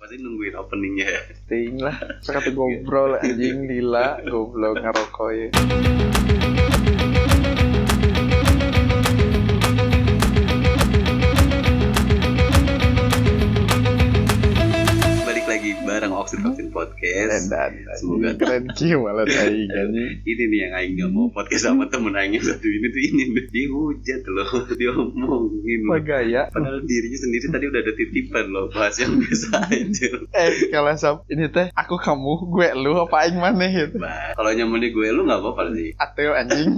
pasti nungguin openingnya ya. Ting lah, sekali ngobrol anjing lila, goblok ngerokok ya. Balik lagi bareng Oxytocin Podcast. Dan Semoga keren kieu malah aing anjing. ini nih yang aing gak mau podcast sama temen aing yang satu ini tuh ini dihujat loh, diomongin loh. Gaya. Padahal dirinya sendiri tadi udah ada titipan loh, bahas yang biasa aja. Kalau sab ini teh aku kamu gue lu apa aing maneh gitu. Bah, kalau nyaman di gue lu nggak apa-apa sih. Ateo anjing.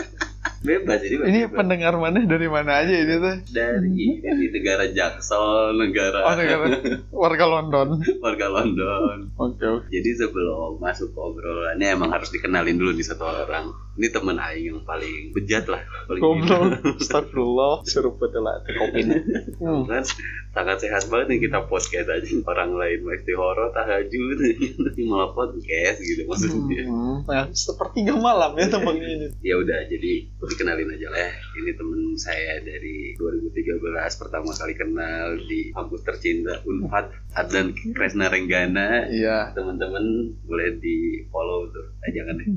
Bebas jadi. Ini bebas. pendengar maneh dari mana aja ini teh? Dari negara Jaksel, negara Warga London. warga London. Oke. Jadi sebelum masuk ke obrolannya emang harus dikenalin dulu nih satu orang. Ini temen aing yang paling bejat lah, paling Goblok. Astagfirullah, suruh betul lah kopinya. kan sangat sehat banget nih kita podcast aja. Orang lain mesti horor, tahajud, ini malah podcast gitu maksudnya. Nah, sepertiga malam ya tempat ini. Ya udah, jadi dikenalin aja lah. Ini temen saya dari 2013 pertama kali kenal di kampus tercinta Unpad, Adnan Kresna Renggana. Iya. Teman-teman boleh di follow tuh. Jangan deh.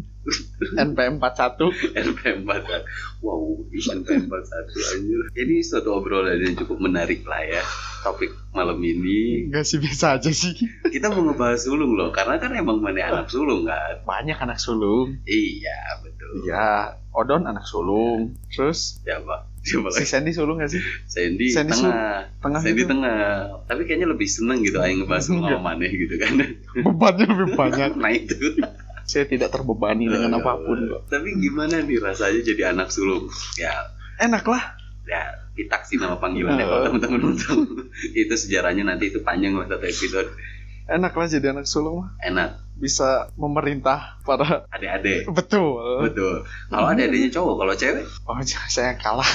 NP41. NP41. Wow, NP41 anjir. Ini suatu obrolan yang cukup menarik lah ya. Topik malam ini Enggak sih, biasa aja sih. kita mau ngebahas sulung loh, karena kan emang mana anak sulung kan. Banyak anak sulung. Iya betul. Iya, Odon anak sulung. Terus Siapa si lagi? Sandy sulung gak sih? Sandy Sandy tengah. tengah Sandy gitu. tengah. Tapi kayaknya lebih seneng gitu aing ngebahas sulung Enggak. sama maneh gitu kan. Bebannya lebih banyak. Nah itu. Saya tidak terbebani dengan apapun kok. Tapi gimana nih rasanya jadi anak sulung? Ya Enak lah. Pitak sih nama panggilannya kalau teman-teman tahu. Itu sejarahnya nanti itu panjang lah satu episode. Enak lah jadi anak sulung mah. Enak. Bisa memerintah para Adik-adik. betul. Betul. Kalau adik-adiknya cowok, kalau cewek, Oh, saya kalah.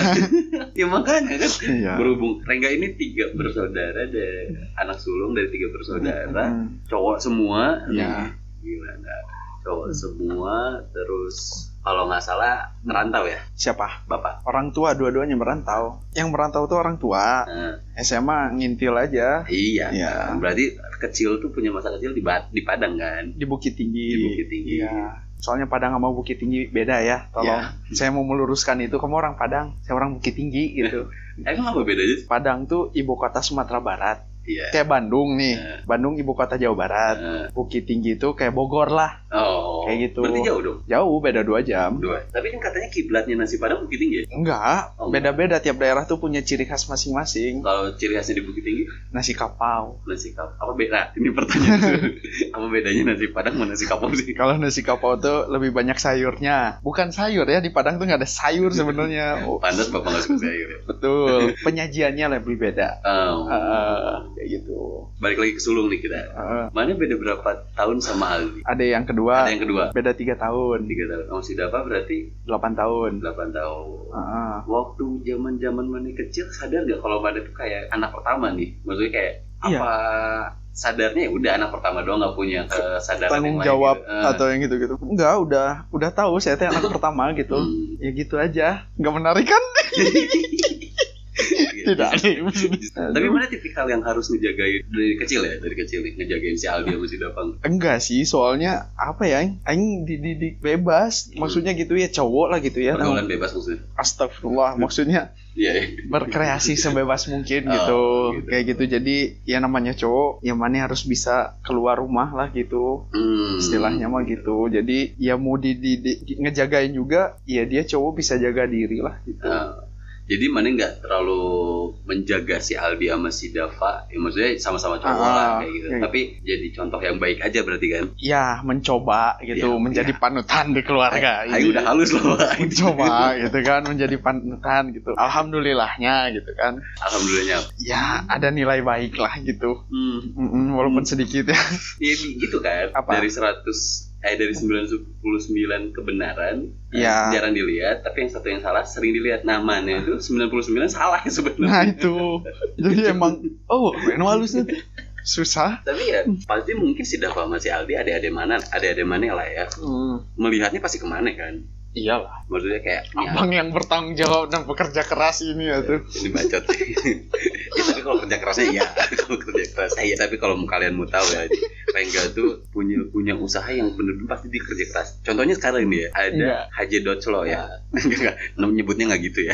ya makanya kan. Iya. Berhubung Rengga ini 3 bersaudara, dari anak sulung dari 3 bersaudara, cowok semua. Iya. Gimana? Cowok semua, terus kalau nggak salah merantau ya, Siapa? bapak. Orang tua dua-duanya merantau. Yang merantau tuh orang tua. Nah, SMA ngintil aja iya. Iya. Berarti kecil tuh punya masa kecil di Padang kan? di Bukit Tinggi. Di Bukit Tinggi. Iya. Soalnya Padang sama Bukit Tinggi beda ya. Tolong. Iya. Saya mau meluruskan itu. Kamu orang Padang, saya orang Bukit Tinggi gitu. Emang apa bedanya sih? Padang tuh ibu kota Sumatera Barat. Iya. Kayak Bandung nih. Iya. Bandung ibu kota Jawa Barat. Bukit Tinggi itu kayak Bogor lah. Oh. Kayak gitu. Berarti jauh dong. Jauh, beda 2 jam. 2. Tapi kan katanya kiblatnya nasi Padang Bukit Tinggi ya? Enggak, Oh, beda-beda. Tiap daerah tuh punya ciri khas masing-masing. Kalau ciri khasnya di Bukit Tinggi, Nasi kapau. nasi kapau. Apa beda? Ini pertanyaan tuh. Apa bedanya nasi Padang sama nasi kapau sih? Kalau nasi kapau tuh lebih banyak sayurnya. Bukan sayur ya, di Padang tuh nggak ada sayur sebenarnya. Oh, Pantas bapak nggak suka sayur ya? betul. Penyajiannya lebih beda. Oh. Kayak gitu. Balik lagi ke sulung nih kita. Mana beda berapa tahun sama Aldi? Ada yang kedua. Ada yang kedua. Beda 3 tahun. 3 tahun. Oh, si Dava berarti 8 tahun. 8 tahun. Heeh. Waktu zaman mana kecil sadar nggak kalau mana tuh kayak anak pertama nih? Maksudnya kayak Iya. apa sadarnya ya udah anak pertama doang, nggak punya kesadaran Tanggung yang lain jawab gitu. atau yang gitu-gitu. Enggak, udah tahu saya teh anak pertama gitu. Ya gitu aja. Nggak menarik kan? Tidak ada yang Tapi mana tipikal yang harus ngejagain dari kecil ya, dari kecil nih ngejagain si Aldi sama si Dapang. Enggak sih, soalnya apa ya, aing dididik bebas, maksudnya gitu ya, cowok lah gitu ya. Pergaulan bebas maksudnya. Astagfirullah, maksudnya Iya. berkreasi sebebas mungkin Oh, gitu. gitu. Kayak gitu. Jadi ya namanya cowok, ya mana harus bisa keluar rumah lah gitu. Istilahnya mah gitu. Jadi ya mau dididik ngejagain juga, ya dia cowok bisa jaga diri lah gitu. Jadi mana nggak terlalu menjaga si Aldi sama si Dava, ya maksudnya sama-sama cowok lah kayak gitu. Ya. Tapi jadi contoh yang baik aja berarti kan? Ya mencoba gitu, Ya, menjadi panutan di keluarga. Ayo udah halus loh. Mencoba gitu kan, menjadi panutan gitu. Alhamdulillahnya gitu kan. Alhamdulillahnya. Ya ada nilai baik lah gitu. Walaupun sedikit ya. Ya gitu kan. Apa? Dari 99 kebenaran Ya. jarang dilihat, tapi yang satu yang salah sering dilihat. Namanya itu 99 salah ya sebenarnya. Nah itu. Jadi emang halusnya susah. Tapi ya pasti mungkin si Dava sama si Aldi ada-ada mana lah ya. Melihatnya pasti kemana kan? Iyalah. Maksudnya kayak abang yang bertanggung jawab dan bekerja keras ini ya tuh. Ini bacot. Ya tapi kalau kerja kerasnya iya, kalau kerja kerasnya iya. Tapi kalau kalian mau tahu ya, Rengga tuh punya usaha yang bener-bener pasti dia kerja keras. Contohnya sekarang ini ya, ada HJ.Clo ya. Enggak, nyebutnya nggak gitu ya.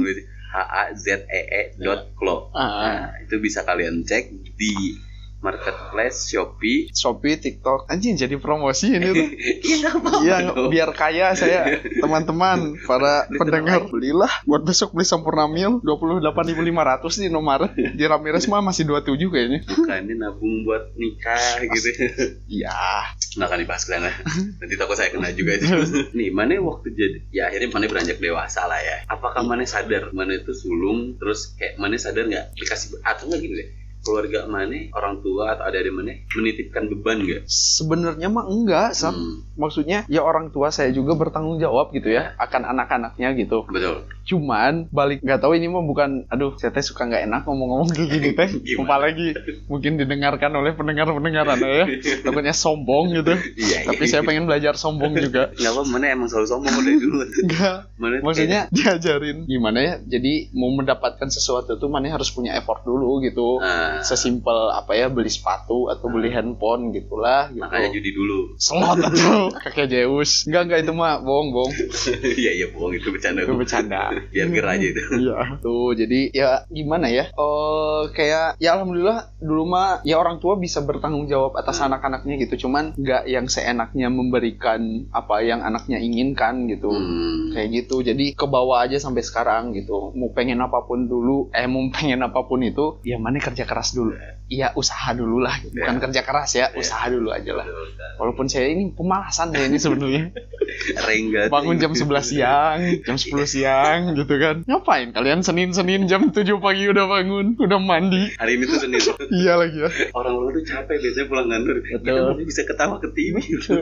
HAZEE.Clo. Nah, itu bisa kalian cek di marketplace Shopee, TikTok. Anjing jadi promosi ini tuh. Iya, biar kaya saya. Teman-teman, para pendengar, belilah buat besok beli Sampurna Meal 28.500 di Indomaret. Di Ramirez mah masih 27 kayaknya. Bukannya nabung buat nikah gitu. Iya. Nggak akan dibahas kalian lah. Nanti takut saya kena juga itu. Nih, Mane waktu jadi, ya akhirnya Mane beranjak dewasa lah ya. Apakah Mane sadar Mane itu sulung, terus kayak Mane sadar nggak dikasih, atau nggak gini deh, keluarga Mane, orang tua atau adik-adik Mane menitipkan beban gak? Sebenarnya mah enggak, maksudnya ya orang tua saya juga bertanggung jawab gitu ya akan anak-anaknya gitu. Betul. Cuman balik, nggak tahu ini mah bukan, aduh saya teh suka nggak enak ngomong-ngomong kayak gini teh. Apalagi mungkin didengarkan oleh pendengar-pendengar Anda ya, takutnya sombong gitu. Iya, tapi saya pengen belajar sombong juga. Nggak apa, Mane emang selalu sombong dari dulu. Enggak, maksudnya diajarin gimana ya, jadi mau mendapatkan sesuatu tuh Mane harus punya effort dulu gitu. Sesimpel apa ya, beli sepatu atau beli handphone gitulah gitu. Makanya judi dulu. Slot atau kakek Zeus. Enggak itu mah bohong. Iya bohong, itu bercanda. Itu bercanda. Biar gerah aja itu. Iya. Tuh jadi ya gimana ya? Kayak ya alhamdulillah dulu mah ya orang tua bisa bertanggung jawab atas anak-anaknya gitu. Cuman enggak yang seenaknya memberikan apa yang anaknya inginkan gitu. Kayak gitu. Jadi ke bawah aja sampai sekarang gitu. Mau pengen apapun itu ya Mane kerja keras dulu. Iya, usaha dulu lah. Bukan kerja keras ya, usaha dulu aja lah. Walaupun saya ini pemalasan ya ini sebenarnya. Rengga bangun jam 11 siang, jam 10 siang gitu kan. Ngapain kalian Senin jam 7 pagi udah bangun, udah mandi. Hari ini tuh Senin. Iya lagi ya. Orang luar tuh capek biasanya pulang kantor. Kita masih bisa ketawa ke TV.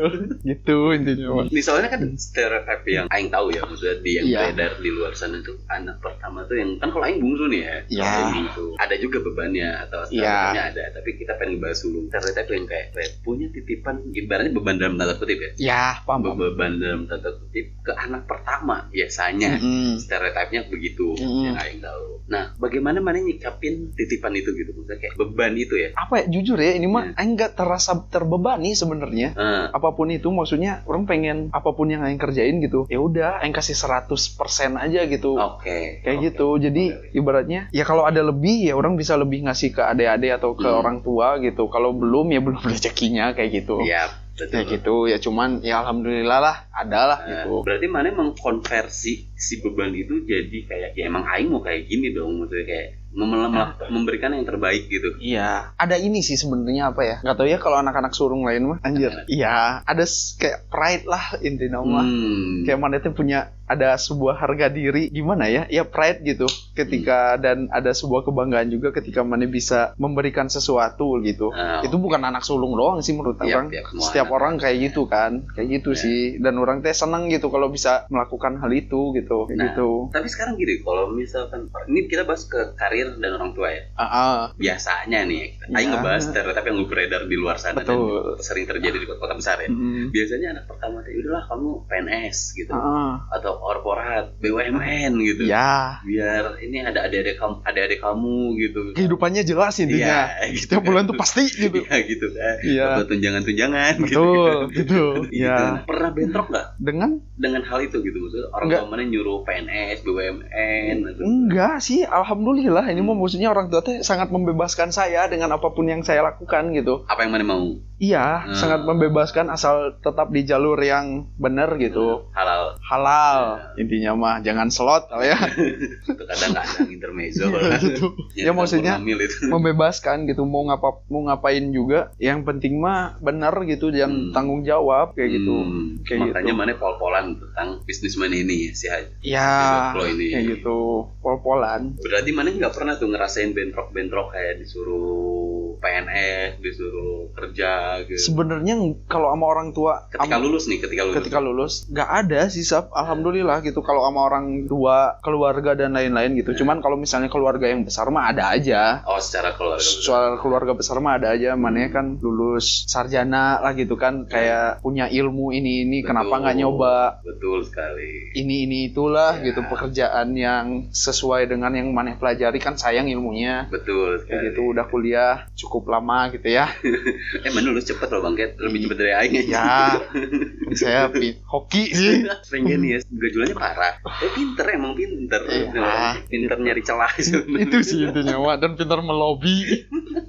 Gitu intinya. Nih soalnya kan stereotip yang aing tahu ya, maksudnya yang beredar di luar sana tuh anak pertama tuh yang kan kalau aing bungsu nih ya. Iya. Gitu. Ada juga bebannya atau ada, tapi kita pengen bahas dulu stereotip yang kayak punya titipan, ibaratnya beban dalam tanda kutip ya. Ya, paham. Beban dalam tanda kutip ke anak pertama biasanya. Stereotipnya begitu yang aing tahu. Nah, bagaimana Mane nyikapin titipan itu gitu, maksudnya kayak beban itu ya? Apa ya, jujur ya ini mah aing nggak terasa terbebani sebenarnya. Apapun itu, maksudnya orang pengen apapun yang aing kerjain gitu. Ya udah, aing kasih 100% aja gitu. Kayak gitu. Jadi ibaratnya ya kalau ada lebih ya orang bisa lebih ngasih ke adik-adik atau ke orang tua gitu. Kalau belum ya belum rezekinya kayak gitu. Iya, betul. Kayak gitu ya, cuman ya alhamdulillah lah adalah gitu. Berarti Mane mengkonversi si beban itu jadi kayak ya emang aing mau kayak gini dong, maksudnya kayak memberikan yang terbaik gitu. Iya, ada ini sih sebenarnya apa ya? Nggak tahu ya kalau anak-anak surung lain mah. Anjir. Iya, ada kayak pride lah intinya mah. Kayak Mane tuh punya ada sebuah harga diri gimana ya? Ya pride gitu. Ketika dan ada sebuah kebanggaan juga ketika Mane bisa memberikan sesuatu gitu. Itu bukan anak sulung doang sih menurut orang. Setiap orang kayak gitu kan. Kayak gitu sih. Dan orang teh seneng gitu kalau bisa melakukan hal itu gitu. Kayak gitu. Tapi sekarang gini, kalau misalkan ini kita bahas ke karir dan orang tua ya. Biasanya nih, aing ngebahas stereotip yang beredar di luar sana. Betul. Dan sering terjadi di kota besar ya. Biasanya anak pertama tuh udahlah kamu PNS gitu. Atau korporat, BUMN gitu. Ya. Biar ini ada adik-adik kamu gitu. Kehidupannya jelas intinya. Gitu. Setiap bulan tuh pasti gitu. Iya gitu kan. Iya. Dapat tunjangan-tunjangan gitu. Betul. Iya. Pernah bentrok nggak dengan hal itu gitu, maksudnya orang tua mana nyuruh PNS, BUMN gitu. Enggak sih, alhamdulillah. Ini maksudnya orang tua teh sangat membebaskan saya dengan apapun yang saya lakukan gitu. Apa yang Mane mau? Iya, sangat membebaskan asal tetap di jalur yang benar gitu. Halal. Intinya mah jangan slot ya. Itu kadang nggak ada intermezzo gitu. Ya maksudnya membebaskan gitu, mau ngapain juga. Yang penting mah benar gitu, jangan tanggung jawab kayak gitu. Makanya Mane pol-polan tentang bisnis Mane ini si Haji. Ya, kayak gitu, pol-polan. Berarti Mane nggak pernah tuh ngerasain bentrok-bentrok kayak disuruh PNS, disuruh kerja gitu. Sebenarnya kalau sama orang tua ketika lulus nggak ada sih Sab, alhamdulillah gitu. Kalau sama orang tua, keluarga dan lain-lain gitu. Cuman kalau misalnya keluarga yang besar mah ada aja. Oh, secara keluarga besar mah ada aja. Mananya kan lulus sarjana lah gitu kan, kayak punya ilmu ini betul, kenapa nggak nyoba? Betul sekali. Ini itulah gitu, pekerjaan yang sesuai dengan yang maneh pelajari kan, sayang ilmunya. Betul sekali. Kayak gitu, udah kuliah cukup lama gitu ya. Mana lulus cepet loh Bang Ket, lebih cepet dari aing aja. Ya, saya hoki sih. Pengen ya, gajulannya parah. Emang pinter. Ya, pinter nyari celah. Itu sih intinya, Wak. Dan pinter melobi.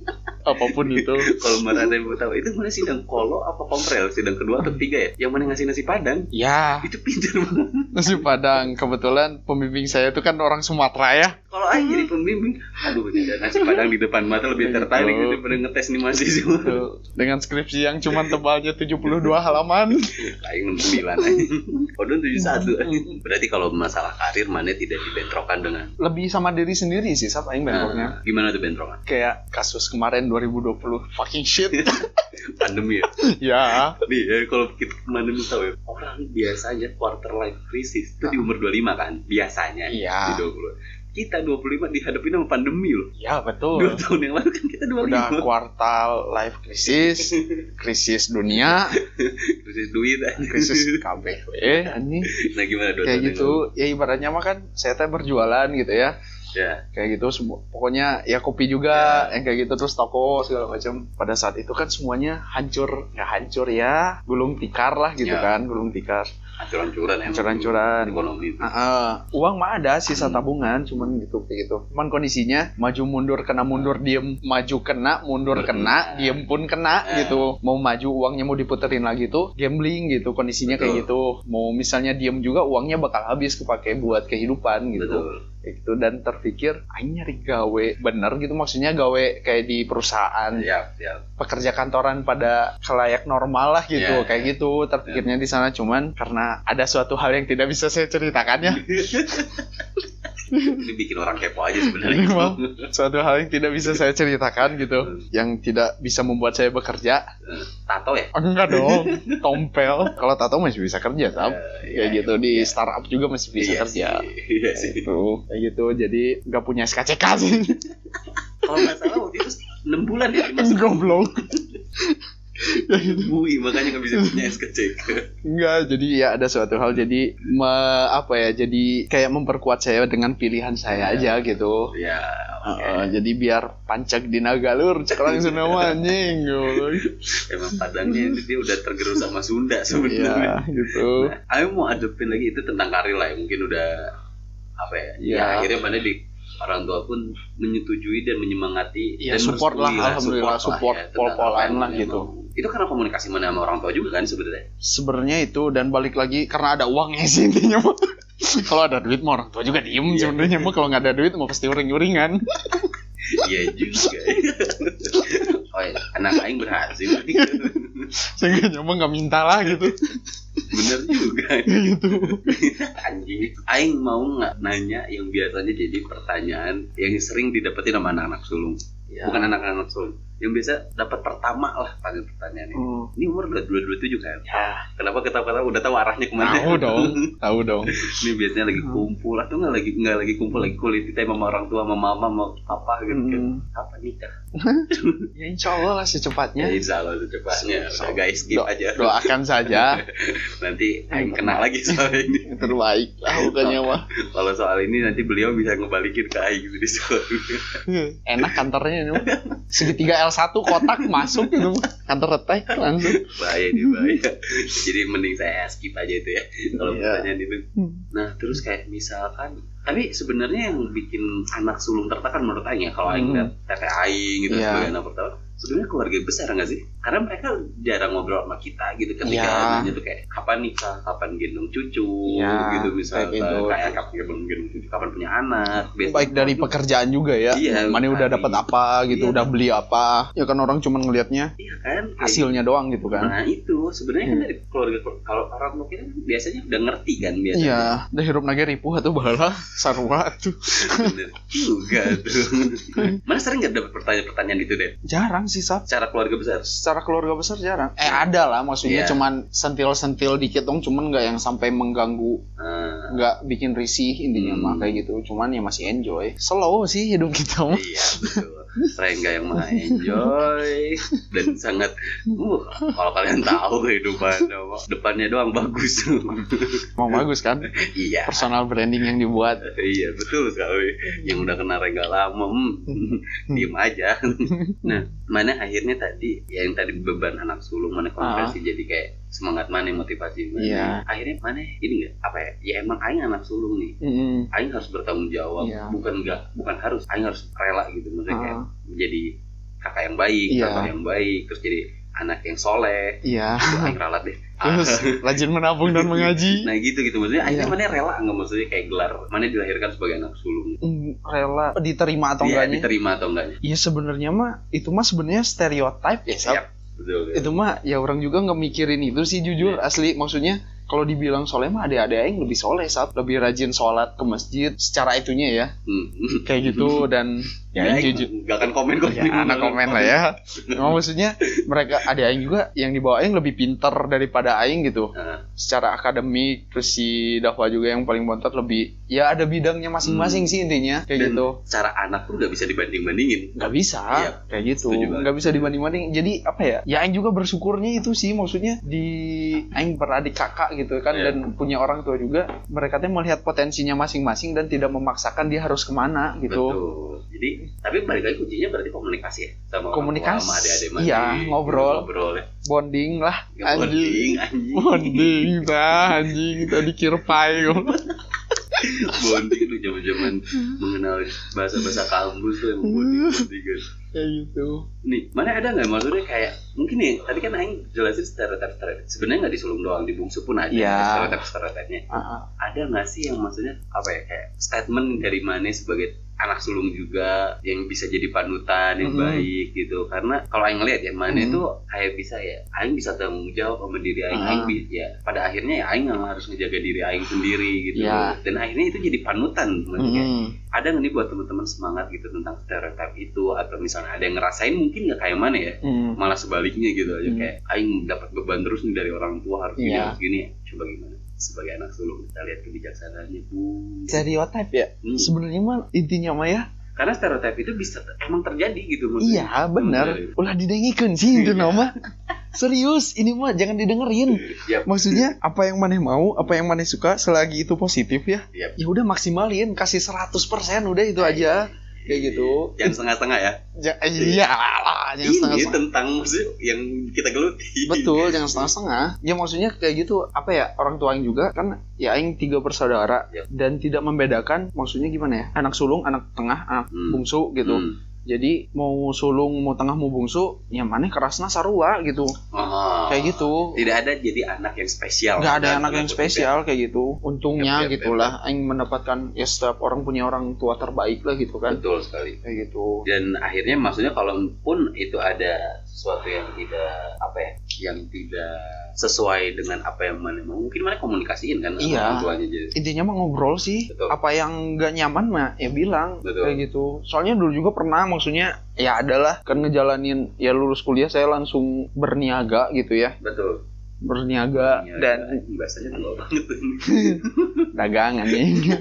Apapun itu. Kalau mana ada yang mau tahu, itu mana sidang kolo apa komprel? Sidang kedua atau ketiga ya? Yang mana ngasih nasi padang? Ya. Itu pinter banget. Nasi padang. Kebetulan pembimbing saya itu kan orang Sumatera ya. Kalau aing jadi pembimbing, aduh ada nasi padang di depan mata lebih tertarik daripada ngetes nih mahasiswa. Dengan skripsi yang cuma tebalnya 72 halaman. Aing 69 aja. Kodon 71. Berarti kalau masalah karir mana tidak dibentrokan dengan lebih sama diri sendiri sih Sab, aing bentroknya. Gimana tuh bentrokan? Kayak kasus kemarin 2020 fucking shit. Pandemi ya? Ya. Nih ya, kalau kita kemana tahu ya, orang biasanya quarter life crisis itu di umur 25 kan? Biasanya. Iya. Di 20. Kita 25 dihadapin sama pandemi loh. Ya betul. 2 tahun yang lalu kan kita 25. Udah kuartal life crisis, krisis dunia, krisis duit, krisis KBW, anjing. Nah gimana 2 tahun kayak gitu, ya ibaratnya mah kan saya teh berjualan gitu ya. Ya. Kayak gitu, pokoknya ya kopi juga, yang kayak gitu, terus toko segala macam. Pada saat itu kan semuanya hancur ya, gulung tikar lah gitu kan, gulung tikar. Hancur-hancuran ekonomi. Uang mah ada, sisa tabungan, cuman gitu kayak gitu. Cuman kondisinya maju mundur kena mundur, diem maju kena mundur kena, diem pun kena gitu. Mau maju uangnya mau diputerin lagi tuh gambling gitu, kondisinya kayak gitu. Mau misalnya diem juga uangnya bakal habis kepake buat kehidupan gitu. Betul. Gitu, dan terpikir aing nyari gawe bener gitu, maksudnya gawe kayak di perusahaan, pekerja kantoran pada kelayak normal lah gitu, kayak gitu terpikirnya di sana. Cuman karena ada suatu hal yang tidak bisa saya ceritakan ya. Ini bikin orang kepo aja sebenarnya. Suatu hal yang tidak bisa saya ceritakan gitu, yang tidak bisa membuat saya bekerja. Tato ya? Enggak dong, tompel. Kalau tato masih bisa kerja, kayak gitu di startup juga masih bisa kerja. Iya sih. Gitu. Kayak gitu, jadi nggak punya SKCK sih. Kalau nggak salah waktu itu 6 bulan ya masuk. Goblok. Bui, makanya nggak bisa punya SKCK. Enggak, jadi ya ada suatu hal, jadi jadi kayak memperkuat saya dengan pilihan saya aja gitu. Ya. Jadi biar pancak di nagalur cekrang semua anjing. Emang Padangnya dia udah tergerus sama Sunda sebenarnya. Iya, gitu. Nah, ayo mau adepin lagi itu tentang karir lah ya. Mungkin udah ya akhirnya mana di orang tua pun menyetujui dan menyemangati dan support lah, alhamdulillah support pol-polan lah gitu. Itu karena komunikasi mana sama orang tua juga kan sebenarnya. Sebenarnya itu, dan balik lagi karena ada uangnya sih intinya mah. Kalau ada duit mah orang tua juga diem sebenarnya mah, kalau nggak ada duit mah pasti uring-uringan. Iya juga. Oh ya, anak aing berhasil. Sehingga mah nggak minta lah gitu. Bener juga gitu. Anjing, aing mau nggak nanya yang biasanya jadi pertanyaan yang sering didapetin sama anak-anak sulung. Bukan anak-anak sulung, yang biasa dapat pertama lah pertanyaan ini. Ini umur udah 27 kan? Ya. Kenapa ketawa-ketawa udah tahu arahnya kemana? Tahu dong. Ini biasanya lagi kumpul atau nggak lagi kumpul, lagi quality time sama orang tua, sama mama, mau apa gitu kan? Kapan nikah? Ya insya Allah lah secepatnya. Ya insya Allah secepatnya. Guys, skip aja. Doakan saja. Nanti aing kena lagi soal ini. Terbaik lah bukannya mah. Kalau soal ini nanti beliau bisa ngebalikin ke aing gitu di sekolah. Enak kantornya ini. Segitiga L1 kotak masuk gitu. Kantor retek langsung. Bahaya. Jadi mending saya skip aja itu ya. Kalau pertanyaan itu. Nah, terus kayak misalkan, tapi sebenarnya yang bikin anak sulung tertekan menurut aing ya, kalau aing lihat teteh aing gitu sebagai anak pertama, sebenarnya keluarga besar nggak sih? Karena mereka jarang ngobrol sama kita gitu ketika nanya tuh kayak kapan nikah, kapan gendong cucu, gitu misalnya kayak kapan gendong cucu, kapan punya anak. Baik dari pekerjaan juga ya. Mana udah dapat apa gitu, udah beli apa? Ya kan orang cuma ngelihatnya hasilnya doang gitu kan. Nah itu sebenarnya kan dari keluarga, kalau orang tua kita biasanya udah ngerti kan biasanya. Iya, udah hirup nage ripuh atau bahala sarua tuh. Bener juga tuh. Mana sering nggak dapat pertanyaan-pertanyaan itu deh? Jarang jarang sih Sab. Secara keluarga besar. Secara keluarga besar jarang. Ada lah maksudnya cuman sentil-sentil dikit dong, cuman nggak yang sampai mengganggu, nggak bikin risih intinya mah kayak gitu. Cuman ya masih enjoy. Slow sih hidup kita mah. Iya betul. Rengga yang maha enjoy dan sangat kalau kalian tahu kehidupan depannya doang bagus. Mau bagus kan? Iya. Personal branding yang dibuat. Iya betul sekali. Yang udah kena Rengga lama, diem aja. Nah, mana akhirnya tadi yang tadi beban anak sulung, mana komunikasi jadi kayak semangat mana, motivasi mana. Iya. Akhirnya mana ini nggak apa ya? Ya emang aing anak sulung nih. Aing harus bertanggung jawab. Iya. Bukan harus. Aing harus rela gitu maksudnya kayak menjadi kakak yang baik, kakak yang baik, terus jadi anak yang soleh. Iya. Itu aing ralat deh. Terus rajin menabung dan mengaji. Nah gitu maksudnya akhirnya mana rela nggak, maksudnya kayak gelar mana dilahirkan sebagai anak sulung. Rela diterima atau enggaknya? Diterima atau enggaknya? Iya sebenarnya mah itu mah sebenarnya stereotype ya Sab. Betul. Itu mah ya orang juga nggak mikirin itu sih jujur asli, maksudnya kalau dibilang soleh mah ada yang lebih soleh Sab, lebih rajin sholat ke masjid secara itunya ya. Kayak gitu dan ya jujur nggak akan komen ya, anak komen lah ya. Maksudnya mereka ada yang juga yang di bawah aing lebih pintar daripada aing gitu. Secara akademik, terus si Dava juga yang paling bontot lebih ya ada bidangnya masing-masing sih intinya kayak dan gitu. Cara anak pun nggak bisa dibanding-bandingin. Nggak bisa kayak gitu. Nggak bisa dibanding-banding. Jadi apa ya? Ya aing juga bersyukurnya itu sih, maksudnya di aing beradik kakak gitu kan dan punya orang tua juga, mereka tuh melihat potensinya masing-masing dan tidak memaksakan dia harus kemana gitu. Betul. Jadi tapi balik lagi kuncinya berarti komunikasi ya sama komunikasi, sama adik-adik mandi. Iya, ngobrol ya. Bonding lah. Anjing. Bonding lah anjing. Tadi kirpai. Bonding itu zaman-zaman mengenal bahasa-bahasa kampus tuh yang bonding kan. Kayak gitu. Nih, mana ada nggak maksudnya kayak mungkin nih tadi kan aing jelasin stereotip. Sebenarnya nggak di sulung doang, di bungsu pun ada stereotipnya. Ada nggak sih yang maksudnya apa ya, kayak statement dari mana sebagai anak sulung juga yang bisa jadi panutan yang baik gitu? Karena kalau aing ngeliat ya mana itu kayak bisa ya aing bisa tanggung jawab sama diri aing, ya pada akhirnya ya aing harus ngejaga diri aing sendiri gitu. Dan akhirnya itu jadi panutan kayak ada nggak nih buat teman-teman semangat gitu tentang stereotip itu, atau misalnya ada yang ngerasain mungkin nggak kayak mana ya, malah sebaliknya gitu aja kayak aing dapat beban terus nih dari orang tua harus gini harus gini, coba gimana sebagai anak sulung kita lihat kebijaksanaannya stereotip ya sebenarnya mah intinya mah ya, karena stereotip itu bisa emang terjadi gitu maksudnya. Iya benar, ulah didengikeun sih itu nama. Serius, ini mah jangan didengerin. Maksudnya apa yang maneh mau, apa yang maneh suka, selagi itu positif ya. Ya udah maksimalin, kasih 100% udah itu aja. Kayak gitu. Jangan setengah-setengah ya. Iya lah, jangan setengah-setengah. Ini tentang musik yang kita geluti. Betul, jangan setengah-setengah. Ya maksudnya kayak gitu, apa ya, orang tua aing juga kan ya aing 3 bersaudara dan tidak membedakan, maksudnya gimana ya? Anak sulung, anak tengah, anak bungsu gitu. Jadi mau sulung, mau tengah, mau bungsu, ya mana kerasna sarua gitu. Kayak gitu. Tidak ada jadi anak yang spesial. Gak ada anak yang spesial kayak gitu. Untungnya gitulah aing mendapatkan ya setiap orang punya orang tua terbaik lah gitu kan. Betul sekali. Kayak gitu. Dan akhirnya maksudnya kalaupun itu ada sesuatu yang tidak apa ya, yang tidak sesuai dengan apa yang mana mau, mungkin mana komunikasiin kan orang tuanya jadi. Intinya mah ngobrol sih. Betul. Apa yang gak nyaman mah ya bilang. Betul. Kayak gitu. Soalnya dulu juga pernah, maksudnya ya adalah kan ngejalanin ya lulus kuliah saya langsung berniaga gitu ya. Betul. Berniaga dan bahasanya tua banget dagangan nih.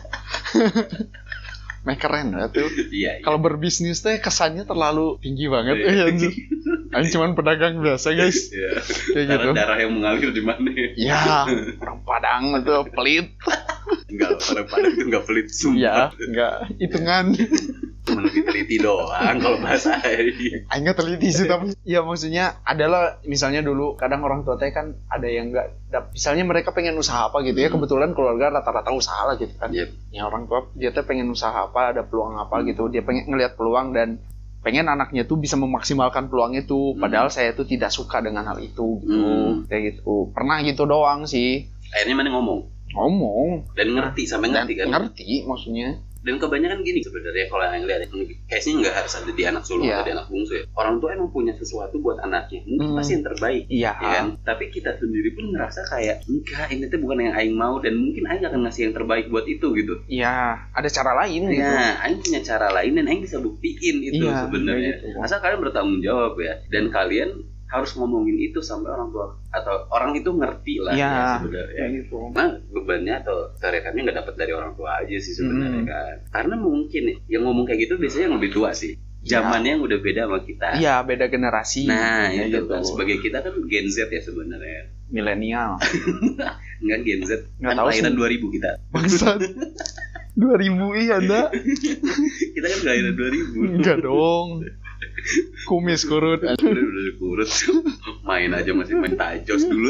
Keren lah tuh. Iya. Kalau berbisnis teh kesannya terlalu tinggi banget. Ini cuman pedagang biasa guys. Kayak gitu. Darah yang mengalir di mana? Ya, orang Padang itu pelit. Enggak, orang Padang itu enggak pelit sumpah. Iya, enggak hitungan. Cuma lebih teliti doang kalau bahasa enggak teliti sih, tapi ya maksudnya adalah misalnya dulu kadang orang tua teh kan ada yang enggak, misalnya mereka pengen usaha apa gitu ya, kebetulan keluarga rata-rata usaha lah gitu kan. Ya orang tua dia teh pengen usaha apa, ada peluang apa gitu, dia pengen ngelihat peluang dan pengen anaknya tuh bisa memaksimalkan peluang itu. Padahal saya tuh tidak suka dengan hal itu gitu. Kayak gitu. Pernah gitu doang sih. Akhirnya mana ngomong dan ngerti sampai ngerti kan? Ngerti maksudnya. Dan kebanyakan gini sebenarnya kalau yang lihat case-nya nggak harus ada di anak sulung atau di anak bungsu ya. Orang tua emang punya sesuatu buat anaknya, mungkin pasti yang terbaik, ya kan? Tapi kita sendiri pun ngerasa kayak enggak, ini tuh bukan yang aing mau, dan mungkin aing akan ngasih yang terbaik buat itu gitu. Iya, ada cara lain gitu. Nah, aing punya cara lain dan aing bisa buktiin itu sebenarnya. Gitu. Asal kalian bertanggung jawab ya, dan kalian harus ngomongin itu sampai orang tua atau orang itu ngerti lah ya sebenarnya. Gitu. Nah, bebannya atau tarekannya nggak dapat dari orang tua aja sih sebenarnya kan. Karena mungkin yang ngomong kayak gitu biasanya yang lebih tua sih. Zamannya yang udah beda sama kita. Iya, beda generasi. Nah, itu gitu. Kan sebagai kita kan Gen Z ya sebenarnya. Milenial. Enggak Gen Z. Kan kelahiran 2000 kita. Bangsat. 2000 iya Anda. Kita kan kelahiran 2000. Enggak dong. Kumis kurut. Udah kurut. Main aja masih main tajos dulu.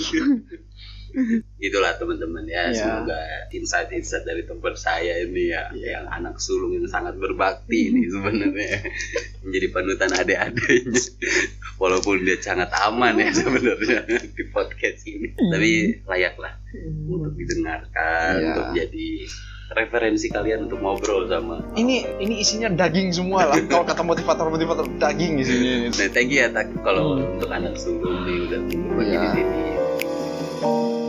Itulah teman-teman ya, semoga insight-insight dari tempat saya ini ya, yang anak sulung yang sangat berbakti ini sebenarnya menjadi panutan adik-adiknya, walaupun dia sangat aman ya sebenarnya di podcast ini, tapi layak lah untuk didengarkan, untuk jadi referensi kalian untuk ngobrol sama. Ini isinya daging semua lah. Kalau kata motivator daging isinya. Nah, thank you ya kalau untuk anak sulung nih udah begini di sini.